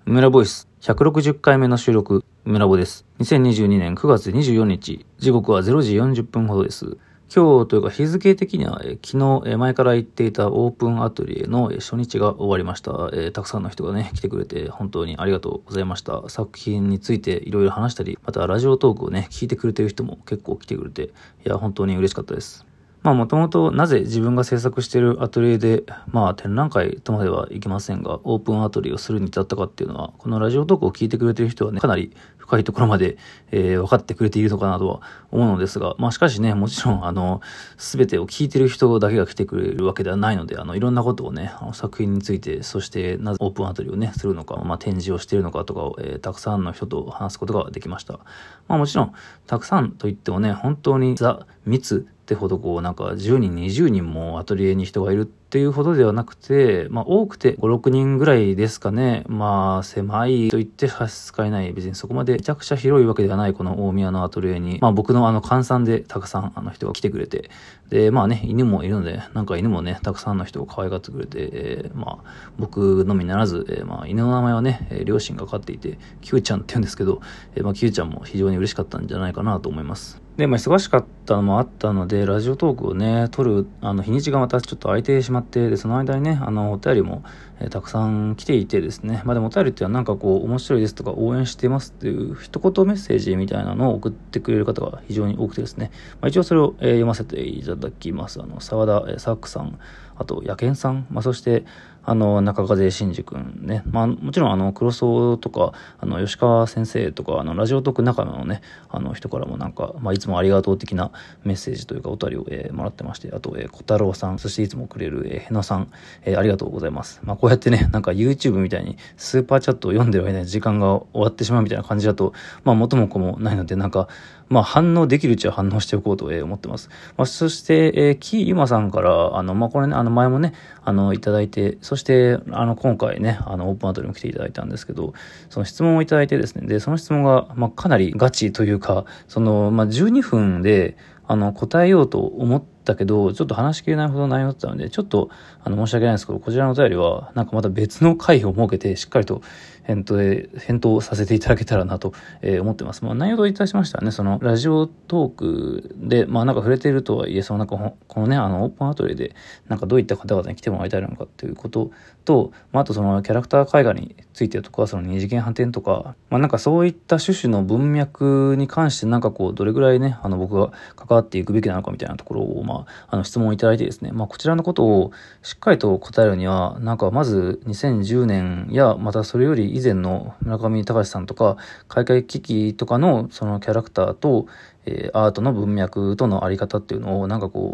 ムラボイス160回目の収録、ムラボです。2022年9月24日、時刻は0時40分ほどです。今日というか日付的には昨日前から言っていたオープンアトリエの初日が終わりました。たくさんの人がね来てくれて本当にありがとうございました。作品についていろいろ話したり、またラジオトークをね聞いてくれてる人も結構来てくれて、いや本当に嬉しかったです。もともとなぜ自分が制作しているアトリエで展覧会とまではいきませんがオープンアトリエをするに至ったかっていうのは、このラジオトークを聞いてくれている人はねかなり深いところまで、分かってくれているのかなとは思うのですが、しかしねもちろん全てを聞いている人だけが来てくれるわけではないので、いろんなことをね作品について、そしてなぜオープンアトリエをねするのか、展示をしているのかとかを、たくさんの人と話すことができました。もちろんたくさんといってもね本当に密ってほど10人20人もアトリエに人がいるっていうほどではなくて、多くて5、6人ぐらいですかね。狭いと言って差し支えない、別にそこまでめちゃくちゃ広いわけではないこの大宮のアトリエに、僕の換算でたくさん人が来てくれて、で犬もいるので犬もねたくさんの人を可愛がってくれて、僕のみならず、犬の名前はね、両親が飼っていてキューちゃんって言うんですけど、キューちゃんも非常に嬉しかったんじゃないかなと思います。で、忙しかったのもあったので、ラジオトークをね、撮る、日にちがまたちょっと空いてしまって、で、その間にね、お便りも、たくさん来ていてですね、でもお便りっていうのは面白いですとか、応援してますっていう一言メッセージみたいなのを送ってくれる方が非常に多くてですね、一応それを、読ませていただきます。沢田、サックさん、あと、やけんさん、そして、中風真司くんね。もちろん、黒荘とか、吉川先生とか、ラジオトーク仲間のね、人からもいつもありがとう的なメッセージというか、お便りを、もらってまして、あと、小太郎さん、そしていつもくれる、へなさん、ありがとうございます。こうやってね、YouTube みたいにスーパーチャットを読んでる間に時間が終わってしまうみたいな感じだと、元も子もないので、反応できるうちは反応しておこうと、思ってます。そして、キーユマさんから、これね、前もね、いただいて、そして、今回ね、オープンアトリエも来ていただいたんですけど、その質問をいただいてですね、で、その質問が、かなりガチというか、12分で、答えようと思ったけど、ちょっと話しきれないほど内容だったので、ちょっと、申し訳ないんですけど、こちらのお便りは、また別の回を設けて、しっかりと返答させていただけたらなと、思ってます。内容といたしましたらね、その、ラジオトークで、触れているとはいえ、このね、オープンアトリエで、どういった方々に来てもらいたいのかっていうことと、あとその、キャラクター絵画についてとか、その二次元反転とか、そういった種々の文脈に関して、どれぐらいね、僕が関わっていくべきなのかみたいなところを、質問いただいてですね、こちらのことをしっかりと答えるには、まず2010年や、またそれより以前の村上隆さんとか、開会危機とかのそのキャラクターと、アートの文脈とのあり方っていうのを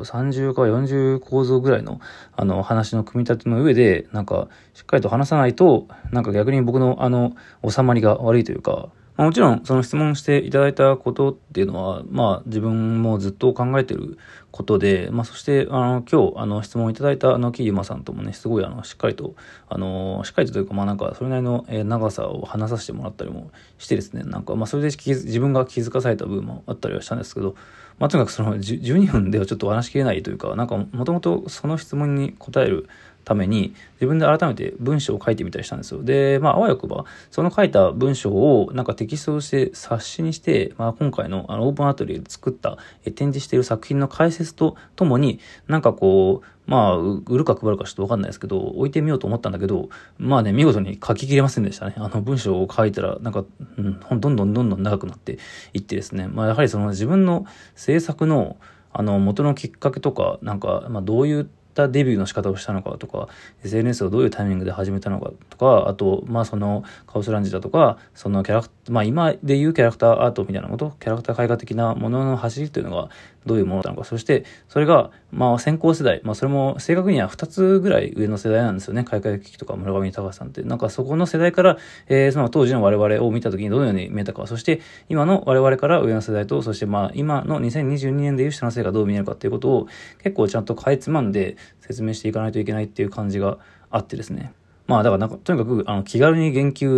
30か40構造ぐらいの話の組み立ての上でしっかりと話さないと逆に僕の収まりが悪いというか、もちろんその質問していただいたことっていうのは自分もずっと考えてることで、そして今日質問いただいたキーユマさんともねすごいしっかりとというかそれなりの長さを話させてもらったりもしてですね、それで自分が気づかされた部分もあったりはしたんですけど、とにかくその12分ではちょっと話しきれないというか、もともとその質問に答えるために自分で改めて文章を書いてみたりしたんですよ。で、あわよくばその書いた文章をテキストとして冊子にして、今回のオープンアトリエで作った展示している作品の解説とともに売るか配るかちょっと分かんないですけど置いてみようと思ったんだけど、見事に書ききれませんでしたね。文章を書いたらどんどん長くなっていってですね、やはりその自分の制作の元のきっかけとかどういうデビューの仕方をしたのかとか SNS をどういうタイミングで始めたのかとか、あとそのカオスランジだとかそのキャラクター今でいうキャラクターアートみたいなことキャラクター絵画的なものの走りというのがどういうものなのか、そしてそれが先行世代、それも正確には2つぐらい上の世代なんですよね。開会危機とか村上隆さんってそこの世代から、その当時の我々を見た時にどのように見えたか、そして今の我々から上の世代と、そして今の2022年でいう人の性がどう見えるかっていうことを結構ちゃんとかいつまんで説明していかないといけないっていう感じがあってですね。だからとにかく気軽に言及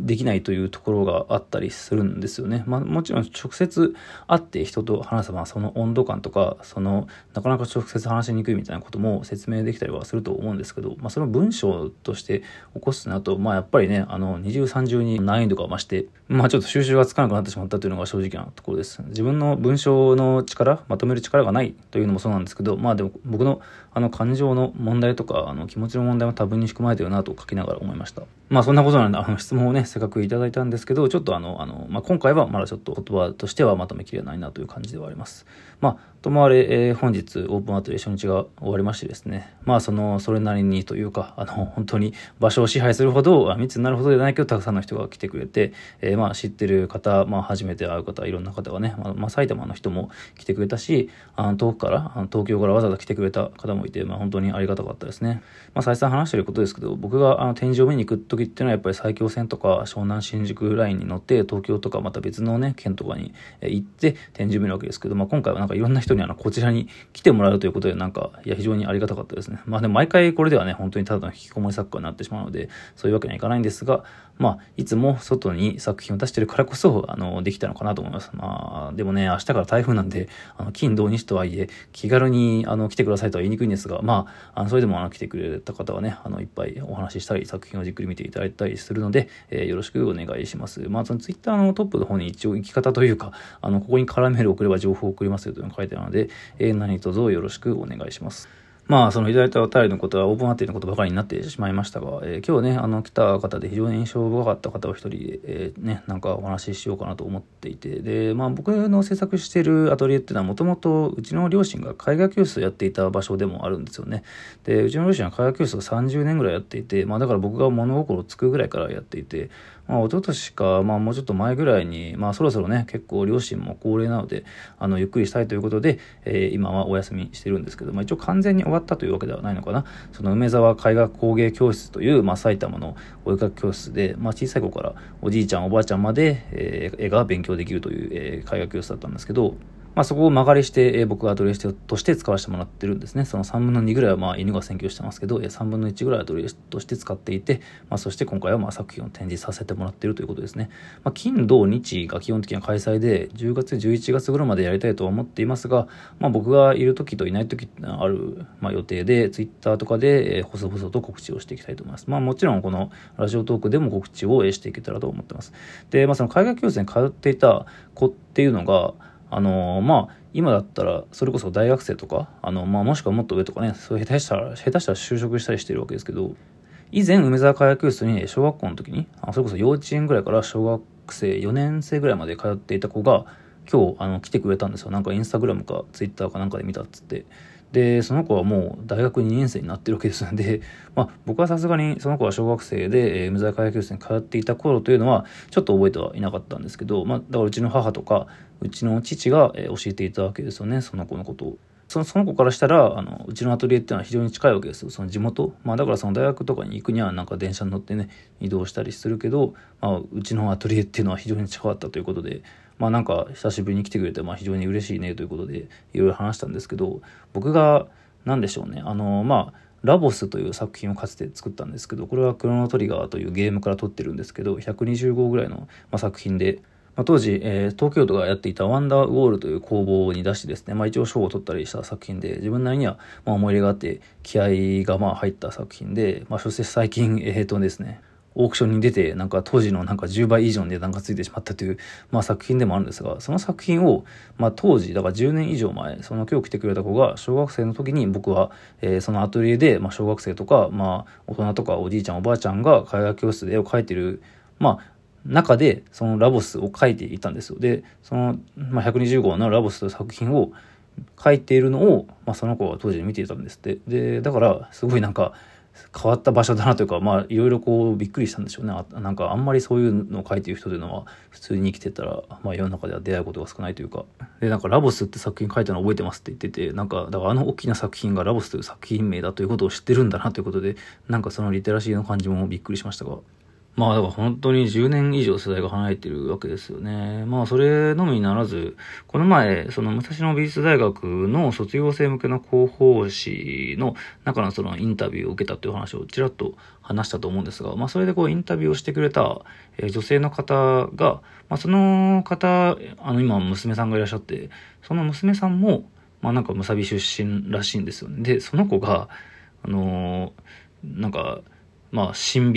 できないというところがあったりするんですよね。もちろん直接会って人と話せばその温度感とかなかなか直接話しにくいみたいなことも説明できたりはすると思うんですけど、その文章として起こすとなると、やっぱりね二重三重に難易度が増して、ちょっと収集がつかなくなってしまったというのが正直なところです。自分の文章の力、まとめる力がないというのもそうなんですけど、でも僕の感情の問題とか気持ちの問題も多分に含まれてるなと書きながら思いました。そんなことなんで質問をねせっかくいただいたんですけど、ちょっと今回はまだちょっと言葉としてはまとめきれないなという感じではあります。ともあれ、本日オープンアトリエ初日が終わりましてですね、それなりにというか本当に場所を支配するほど密になるほどではないけどたくさんの人が来てくれて、知ってる方、初めて会う方、いろんな方がね、埼玉の人も来てくれたし、遠くから東京からわざわざ来てくれた方もいて、本当にありがたかったですね。再三話していることですけど、僕が展示を見に行く時っていうのはやっぱり埼京線とか湘南新宿ラインに乗って東京とかまた別のね県とかに行って展示を見るわけですけど、今回はいろんな人にこちらに来てもらうということで非常にありがたかったですね。でも毎回これではね本当にただの引きこもり作家になってしまうのでそういうわけにはいかないんですが、いつも外に作品を出してるからこそできたのかなと思います。でもね明日から台風なんで金土日とはいえ気軽に来てくださいとは言いにくいんですが、それでも来てくれた方はねいっぱいお話ししたり作品をじっくり見ていただいたりするので、よろしくお願いします。そのツイッターのトップの方に一応行き方というかここに絡める送れば情報を送りますよというのが書いてあるので、何卒よろしくお願いします。そのいただいたお便りのことはオープンアトリエのことばかりになってしまいましたが、今日ね来た方で非常に印象深かった方を一人で、お話ししようかなと思っていて、で僕の制作しているアトリエっていうのはもともとうちの両親が絵画教室をやっていた場所でもあるんですよね。でうちの両親は絵画教室を30年ぐらいやっていて、だから僕が物心つくぐらいからやっていて、一昨年か、もうちょっと前ぐらいに、そろそろね、結構両親も高齢なので、ゆっくりしたいということで、今はお休みしてるんですけど、一応完全に終わったというわけではないのかな。その梅沢絵画工芸教室という、埼玉のお絵描き教室で、小さい子からおじいちゃんおばあちゃんまで、絵が勉強できるという、絵画教室だったんですけど、そこを間借りして、僕がアトリエとして使わせてもらってるんですね。その3分の2ぐらいは犬が占拠してますけど、3分の1ぐらいアトリエとして使っていて、そして今回は作品を展示させてもらっているということですね。金土日が基本的な開催で、10月11月頃までやりたいとは思っていますが、僕がいる時といない時ってある、予定で、ツイッターとかで、細々と告知をしていきたいと思います。もちろんこのラジオトークでも告知をしていけたらと思ってます。で、その絵画教室に通っていた子っていうのが、今だったらそれこそ大学生とかもしくはもっと上とかね、そう下手したら就職したりしてるわけですけど、以前梅沢絵画教室に小学校の時にそれこそ幼稚園ぐらいから小学生4年生ぐらいまで通っていた子が今日来てくれたんですよ。インスタグラムかツイッターかなんかで見たっつって。でその子はもう大学2年生になってるわけですので、僕はさすがにその子は小学生で、梅沢絵画教室に通っていた頃というのはちょっと覚えてはいなかったんですけど、だからうちの母とかうちの父が、教えていたわけですよね、その子のことを。その子からしたらうちのアトリエっていうのは非常に近いわけですよ、その地元。だからその大学とかに行くには電車に乗ってね移動したりするけど、うちのアトリエっていうのは非常に近かったということで、久しぶりに来てくれて非常に嬉しいねということでいろいろ話したんですけど、僕が何でしょうね、ラボスという作品をかつて作ったんですけど、これはクロノトリガーというゲームから撮ってるんですけど、120号ぐらいの、作品で、当時、東京都がやっていたワンダーウォールという工房に出してですね、一応賞を取ったりした作品で、自分なりには思い入れがあって気合が入った作品で、そして最近ですね、オークションに出て当時の10倍以上の値段がついてしまったという、作品でもあるんですが、その作品を、当時だから10年以上前、その今日来てくれた子が小学生の時に僕は、そのアトリエで、小学生とか、大人とかおじいちゃんおばあちゃんが絵画教室で絵を描いてる中でそのラボスを描いていたんですよ。でその、120号のラボスという作品を描いているのを、その子が当時見ていたんですって。でだからすごい変わった場所だなというか、いろいろびっくりしたんでしょうね。あんまりそういうのを書いている人というのは普通に生きてたら、世の中では出会うことが少ないというか。でラボスって作品書いたの覚えてますって言ってて、だから大きな作品がラボスという作品名だということを知ってるんだなということで、そのリテラシーの感じもびっくりしましたが、 まあだから本当に10年以上世代が離れてるわけですよね。まあそれのみにならず、この前、その武蔵野美術大学の卒業生向けの広報誌の中のそのインタビューを受けたという話をちらっと話したと思うんですが、まあそれでこうインタビューをしてくれた、女性の方が、まあその方、今娘さんがいらっしゃって、その娘さんも、まあなんかむさび出身らしいんですよね。で、その子が、なんか、まあ、新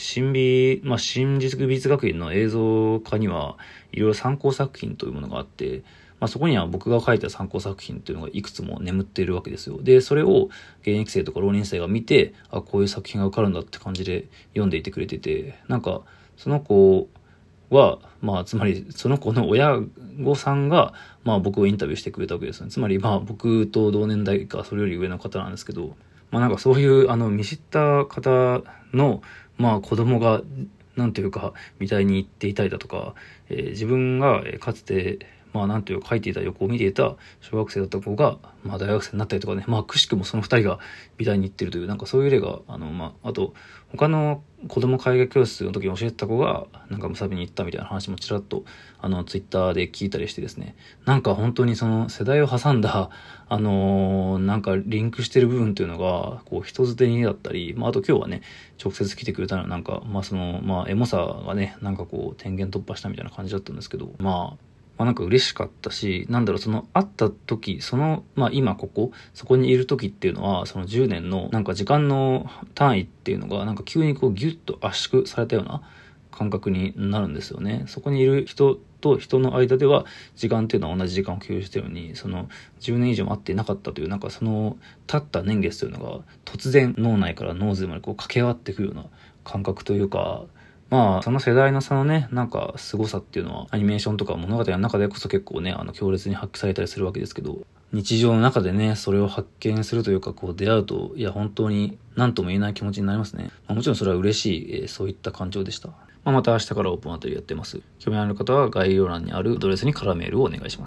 宿美術学院の映像科には、いろいろ参考作品というものがあって、まあそこには僕が書いた参考作品というのがいくつも眠っているわけですよ。で、それを現役生とか浪人生が見て、あ、こういう作品が受かるんだって感じで読んでいてくれてて、なんか、その子は、まあ、つまり、その子の親御さんが、まあ僕をインタビューしてくれたわけですね。つまり、まあ僕と同年代か、それより上の方なんですけど、まあなんかそういう見知った方のまあ子供がなんていうかみたいに言っていたりだとか、自分がかつてまあなんていうか書いていた横を見ていた小学生だった子がまあ大学生になったりとかね、まあくしくもその二人が美大に行ってるというなんかそういう例がまああと他の子供絵画教室の時に教えてた子がなんかむさびに行ったみたいな話もちらっとツイッターで聞いたりしてですね、なんか本当にその世代を挟んだなんかリンクしてる部分というのがこう人づてにだったり、まああと今日はね直接来てくれたのはなんかまあそのまあエモさがねなんかこう天元突破したみたいな感じだったんですけど、まあなんか嬉しかったし、なんだろう、その会った時、まあ今そこにいる時っていうのは、その10年のなんか時間の単位っていうのが、なんか急にこうギュッと圧縮されたような感覚になるんですよね。そこにいる人と人の間では、時間っていうのは同じ時間を共有しているのに、その10年以上も会っていなかったという、なんかその経った年月というのが、突然脳内から脳髄までこう駆け上がってくるような感覚というか、まあ、その世代の差のね、なんか凄さっていうのは、アニメーションとか物語の中でこそ結構ね、強烈に発揮されたりするわけですけど、日常の中でね、それを発見するというか、こう出会うと、いや、本当に何とも言えない気持ちになりますね。まあ、もちろんそれは嬉しい、そういった感情でした。まあ、また明日からオープンアトリやってます。興味ある方は概要欄にあるアドレスにからメールをお願いします。